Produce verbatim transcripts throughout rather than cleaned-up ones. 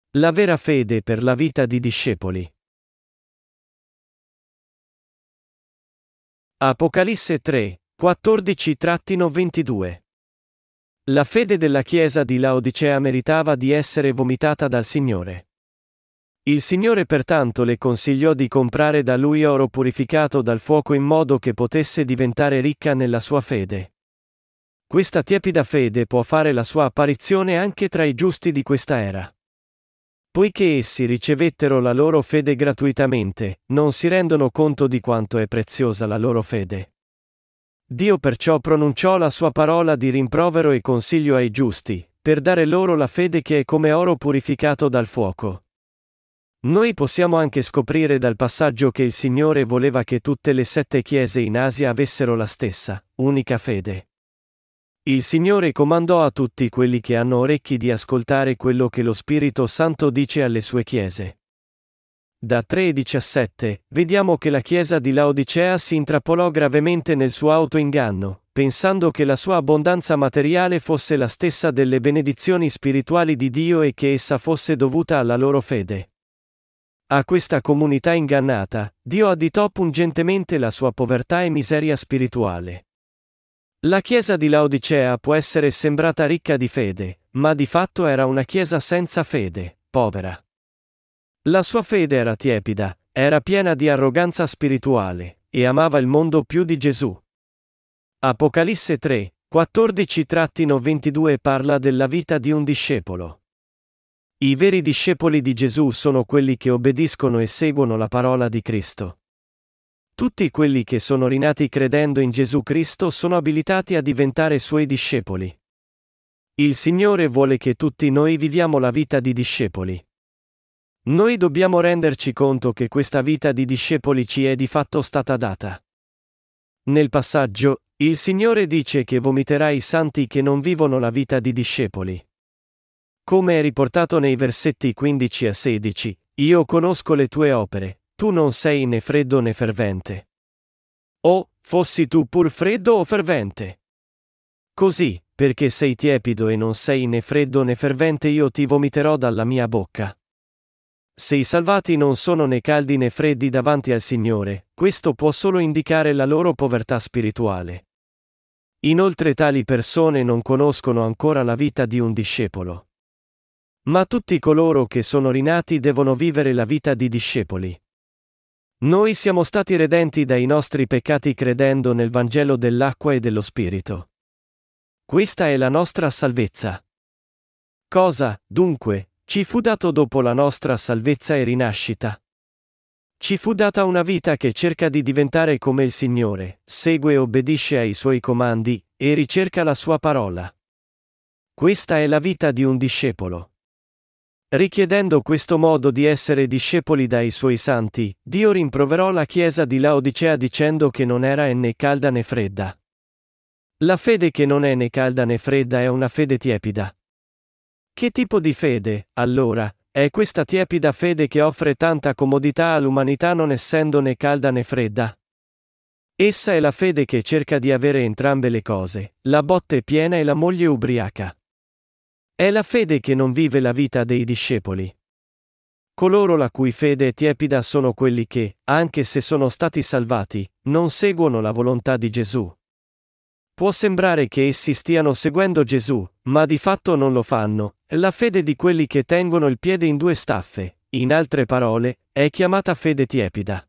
La vera fede per la vita di discepoli. Apocalisse tre, quattordici ventidue. La fede della Chiesa di Laodicea meritava di essere vomitata dal Signore. Il Signore pertanto le consigliò di comprare da lui oro purificato dal fuoco in modo che potesse diventare ricca nella sua fede. Questa tiepida fede può fare la sua apparizione anche tra i giusti di questa era. Poiché essi ricevettero la loro fede gratuitamente, non si rendono conto di quanto è preziosa la loro fede. Dio perciò pronunciò la sua parola di rimprovero e consiglio ai giusti, per dare loro la fede che è come oro purificato dal fuoco. Noi possiamo anche scoprire dal passaggio che il Signore voleva che tutte le sette chiese in Asia avessero la stessa, unica fede. Il Signore comandò a tutti quelli che hanno orecchi di ascoltare quello che lo Spirito Santo dice alle sue chiese. Da tre diciassette, vediamo che la chiesa di Laodicea si intrappolò gravemente nel suo autoinganno, pensando che la sua abbondanza materiale fosse la stessa delle benedizioni spirituali di Dio e che essa fosse dovuta alla loro fede. A questa comunità ingannata, Dio additò pungentemente la sua povertà e miseria spirituale. La chiesa di Laodicea può essere sembrata ricca di fede, ma di fatto era una chiesa senza fede, povera. La sua fede era tiepida, era piena di arroganza spirituale, e amava il mondo più di Gesù. Apocalisse tre, quattordici ventidue parla della vita di un discepolo. I veri discepoli di Gesù sono quelli che obbediscono e seguono la parola di Cristo. Tutti quelli che sono rinati credendo in Gesù Cristo sono abilitati a diventare suoi discepoli. Il Signore vuole che tutti noi viviamo la vita di discepoli. Noi dobbiamo renderci conto che questa vita di discepoli ci è di fatto stata data. Nel passaggio, il Signore dice che vomiterà i santi che non vivono la vita di discepoli. Come è riportato nei versetti quindici a sedici, io conosco le tue opere, tu non sei né freddo né fervente. Oh, fossi tu pur freddo o fervente! Così, perché sei tiepido e non sei né freddo né fervente, io ti vomiterò dalla mia bocca. Se i salvati non sono né caldi né freddi davanti al Signore, questo può solo indicare la loro povertà spirituale. Inoltre tali persone non conoscono ancora la vita di un discepolo. Ma tutti coloro che sono rinati devono vivere la vita di discepoli. Noi siamo stati redenti dai nostri peccati credendo nel Vangelo dell'acqua e dello Spirito. Questa è la nostra salvezza. Cosa, dunque, ci fu dato dopo la nostra salvezza e rinascita? Ci fu data una vita che cerca di diventare come il Signore, segue e obbedisce ai Suoi comandi, e ricerca la Sua parola. Questa è la vita di un discepolo. Richiedendo questo modo di essere discepoli dai Suoi santi, Dio rimproverò la chiesa di Laodicea dicendo che non era né calda né fredda. La fede che non è né calda né fredda è una fede tiepida. Che tipo di fede, allora, è questa tiepida fede che offre tanta comodità all'umanità non essendo né calda né fredda? Essa è la fede che cerca di avere entrambe le cose, la botte piena e la moglie ubriaca. È la fede che non vive la vita dei discepoli. Coloro la cui fede è tiepida sono quelli che, anche se sono stati salvati, non seguono la volontà di Gesù. Può sembrare che essi stiano seguendo Gesù, ma di fatto non lo fanno. La fede di quelli che tengono il piede in due staffe, in altre parole, è chiamata fede tiepida.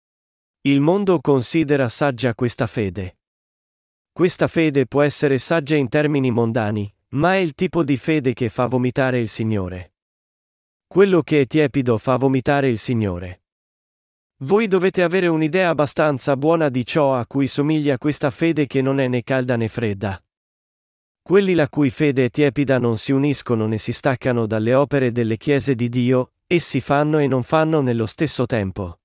Il mondo considera saggia questa fede. Questa fede può essere saggia in termini mondani, ma è il tipo di fede che fa vomitare il Signore. Quello che è tiepido fa vomitare il Signore. Voi dovete avere un'idea abbastanza buona di ciò a cui somiglia questa fede che non è né calda né fredda. Quelli la cui fede è tiepida non si uniscono né si staccano dalle opere delle chiese di Dio, essi fanno e non fanno nello stesso tempo.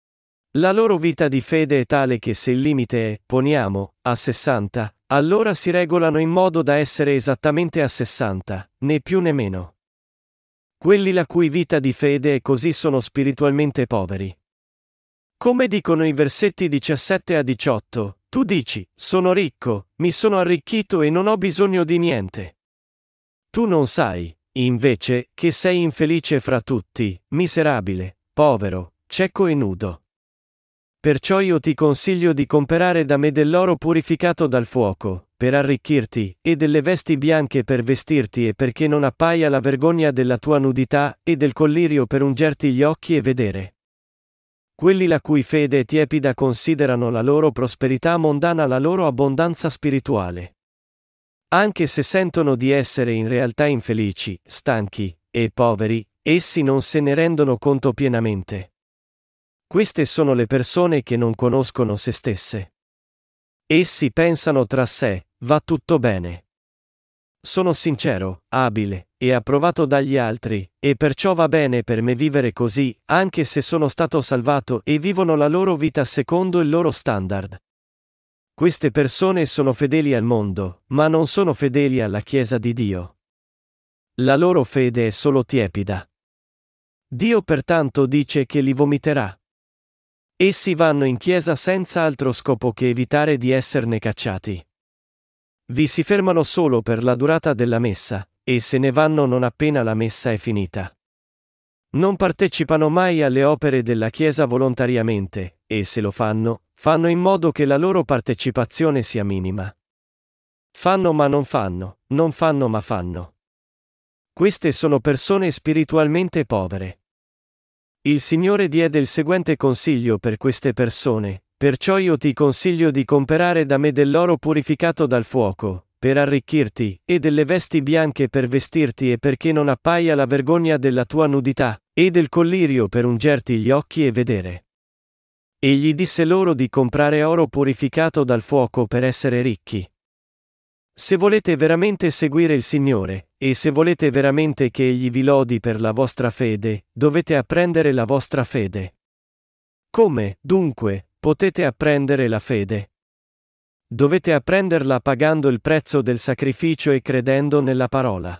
La loro vita di fede è tale che se il limite è, poniamo, a sessanta, allora si regolano in modo da essere esattamente a sessanta, né più né meno. Quelli la cui vita di fede è così sono spiritualmente poveri. Come dicono i versetti diciassette a diciotto, tu dici, sono ricco, mi sono arricchito e non ho bisogno di niente. Tu non sai, invece, che sei infelice fra tutti, miserabile, povero, cieco e nudo. Perciò io ti consiglio di comprare da me dell'oro purificato dal fuoco, per arricchirti, e delle vesti bianche per vestirti e perché non appaia la vergogna della tua nudità, e del collirio per ungerti gli occhi e vedere. Quelli la cui fede è tiepida considerano la loro prosperità mondana la loro abbondanza spirituale. Anche se sentono di essere in realtà infelici, stanchi, e poveri, essi non se ne rendono conto pienamente. Queste sono le persone che non conoscono se stesse. Essi pensano tra sé, va tutto bene. Sono sincero, abile, e approvato dagli altri, e perciò va bene per me vivere così, anche se sono stato salvato e vivono la loro vita secondo il loro standard. Queste persone sono fedeli al mondo, ma non sono fedeli alla Chiesa di Dio. La loro fede è solo tiepida. Dio pertanto dice che li vomiterà. Essi vanno in chiesa senza altro scopo che evitare di esserne cacciati. Vi si fermano solo per la durata della messa, e se ne vanno non appena la messa è finita. Non partecipano mai alle opere della Chiesa volontariamente, e se lo fanno, fanno in modo che la loro partecipazione sia minima. Fanno ma non fanno, non fanno ma fanno. Queste sono persone spiritualmente povere. Il Signore diede il seguente consiglio per queste persone: perciò io ti consiglio di comprare da me dell'oro purificato dal fuoco, per arricchirti, e delle vesti bianche per vestirti e perché non appaia la vergogna della tua nudità, e del collirio per ungerti gli occhi e vedere. Egli disse loro di comprare oro purificato dal fuoco per essere ricchi. Se volete veramente seguire il Signore, e se volete veramente che Egli vi lodi per la vostra fede, dovete apprendere la vostra fede. Come, dunque, potete apprendere la fede? Dovete apprenderla pagando il prezzo del sacrificio e credendo nella parola.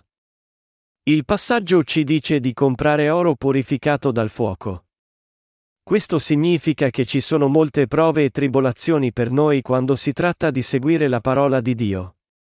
Il passaggio ci dice di comprare oro purificato dal fuoco. Questo significa che ci sono molte prove e tribolazioni per noi quando si tratta di seguire la parola di Dio.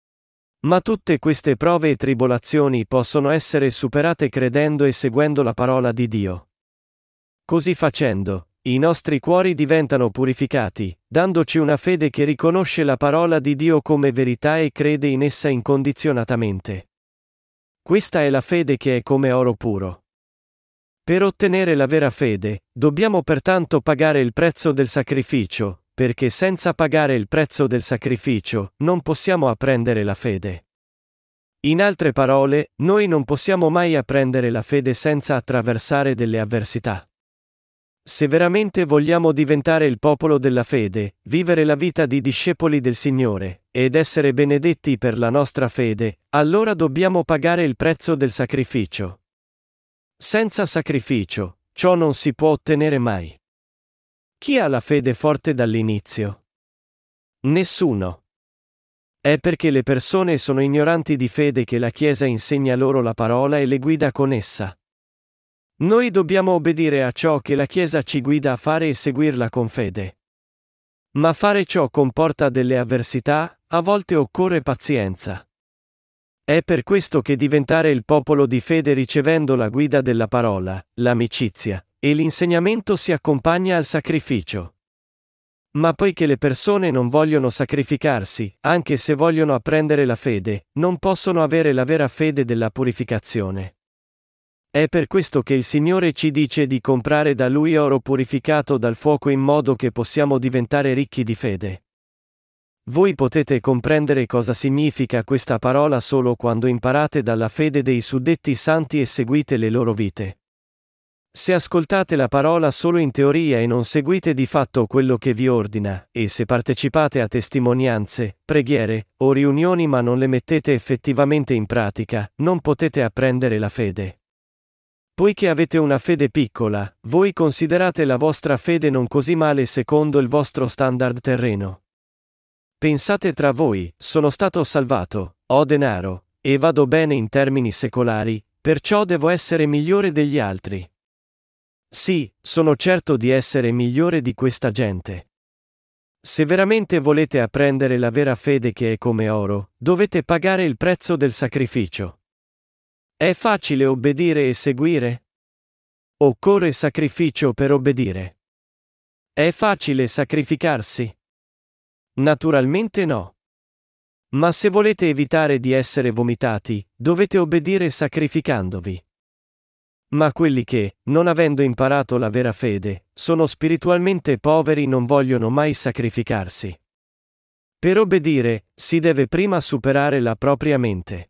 Ma tutte queste prove e tribolazioni possono essere superate credendo e seguendo la parola di Dio. Così facendo, i nostri cuori diventano purificati, dandoci una fede che riconosce la parola di Dio come verità e crede in essa incondizionatamente. Questa è la fede che è come oro puro. Per ottenere la vera fede, dobbiamo pertanto pagare il prezzo del sacrificio, perché senza pagare il prezzo del sacrificio, non possiamo apprendere la fede. In altre parole, noi non possiamo mai apprendere la fede senza attraversare delle avversità. Se veramente vogliamo diventare il popolo della fede, vivere la vita di discepoli del Signore, ed essere benedetti per la nostra fede, allora dobbiamo pagare il prezzo del sacrificio. Senza sacrificio, ciò non si può ottenere mai. Chi ha la fede forte dall'inizio? Nessuno. È perché le persone sono ignoranti di fede che la Chiesa insegna loro la parola e le guida con essa. Noi dobbiamo obbedire a ciò che la Chiesa ci guida a fare e seguirla con fede. Ma fare ciò comporta delle avversità, a volte occorre pazienza. È per questo che diventare il popolo di fede ricevendo la guida della parola, l'amicizia, e l'insegnamento si accompagna al sacrificio. Ma poiché le persone non vogliono sacrificarsi, anche se vogliono apprendere la fede, non possono avere la vera fede della purificazione. È per questo che il Signore ci dice di comprare da Lui oro purificato dal fuoco in modo che possiamo diventare ricchi di fede. Voi potete comprendere cosa significa questa parola solo quando imparate dalla fede dei suddetti santi e seguite le loro vite. Se ascoltate la parola solo in teoria e non seguite di fatto quello che vi ordina, e se partecipate a testimonianze, preghiere, o riunioni ma non le mettete effettivamente in pratica, non potete apprendere la fede. Poiché avete una fede piccola, voi considerate la vostra fede non così male secondo il vostro standard terreno. Pensate tra voi: sono stato salvato, ho denaro, e vado bene in termini secolari, perciò devo essere migliore degli altri. Sì, sono certo di essere migliore di questa gente. Se veramente volete apprendere la vera fede che è come oro, dovete pagare il prezzo del sacrificio. È facile obbedire e seguire? Occorre sacrificio per obbedire. È facile sacrificarsi? Naturalmente no. Ma se volete evitare di essere vomitati, dovete obbedire sacrificandovi. Ma quelli che, non avendo imparato la vera fede, sono spiritualmente poveri non vogliono mai sacrificarsi. Per obbedire, si deve prima superare la propria mente.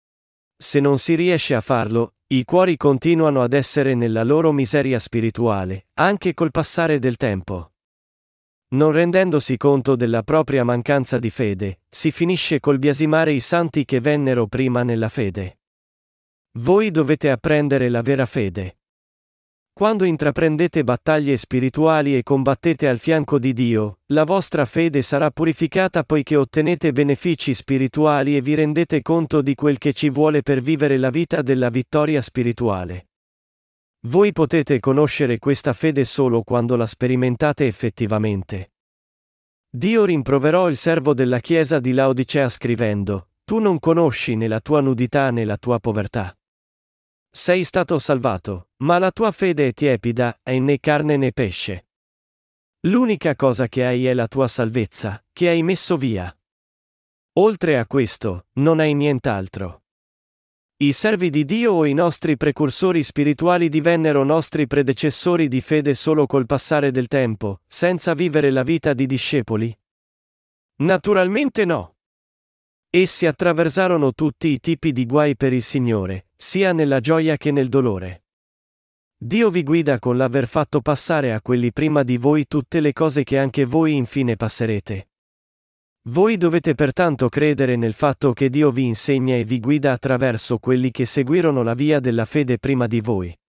Se non si riesce a farlo, i cuori continuano ad essere nella loro miseria spirituale, anche col passare del tempo. Non rendendosi conto della propria mancanza di fede, si finisce col biasimare i santi che vennero prima nella fede. Voi dovete apprendere la vera fede. Quando intraprendete battaglie spirituali e combattete al fianco di Dio, la vostra fede sarà purificata poiché ottenete benefici spirituali e vi rendete conto di quel che ci vuole per vivere la vita della vittoria spirituale. Voi potete conoscere questa fede solo quando la sperimentate effettivamente. Dio rimproverò il servo della chiesa di Laodicea scrivendo: Tu non conosci né la tua nudità né la tua povertà. Sei stato salvato, ma la tua fede è tiepida, è né carne né pesce. L'unica cosa che hai è la tua salvezza, che hai messo via. Oltre a questo, non hai nient'altro. I servi di Dio o i nostri precursori spirituali divennero nostri predecessori di fede solo col passare del tempo, senza vivere la vita di discepoli? Naturalmente no. Essi attraversarono tutti i tipi di guai per il Signore, sia nella gioia che nel dolore. Dio vi guida con l'aver fatto passare a quelli prima di voi tutte le cose che anche voi infine passerete. Voi dovete pertanto credere nel fatto che Dio vi insegna e vi guida attraverso quelli che seguirono la via della fede prima di voi.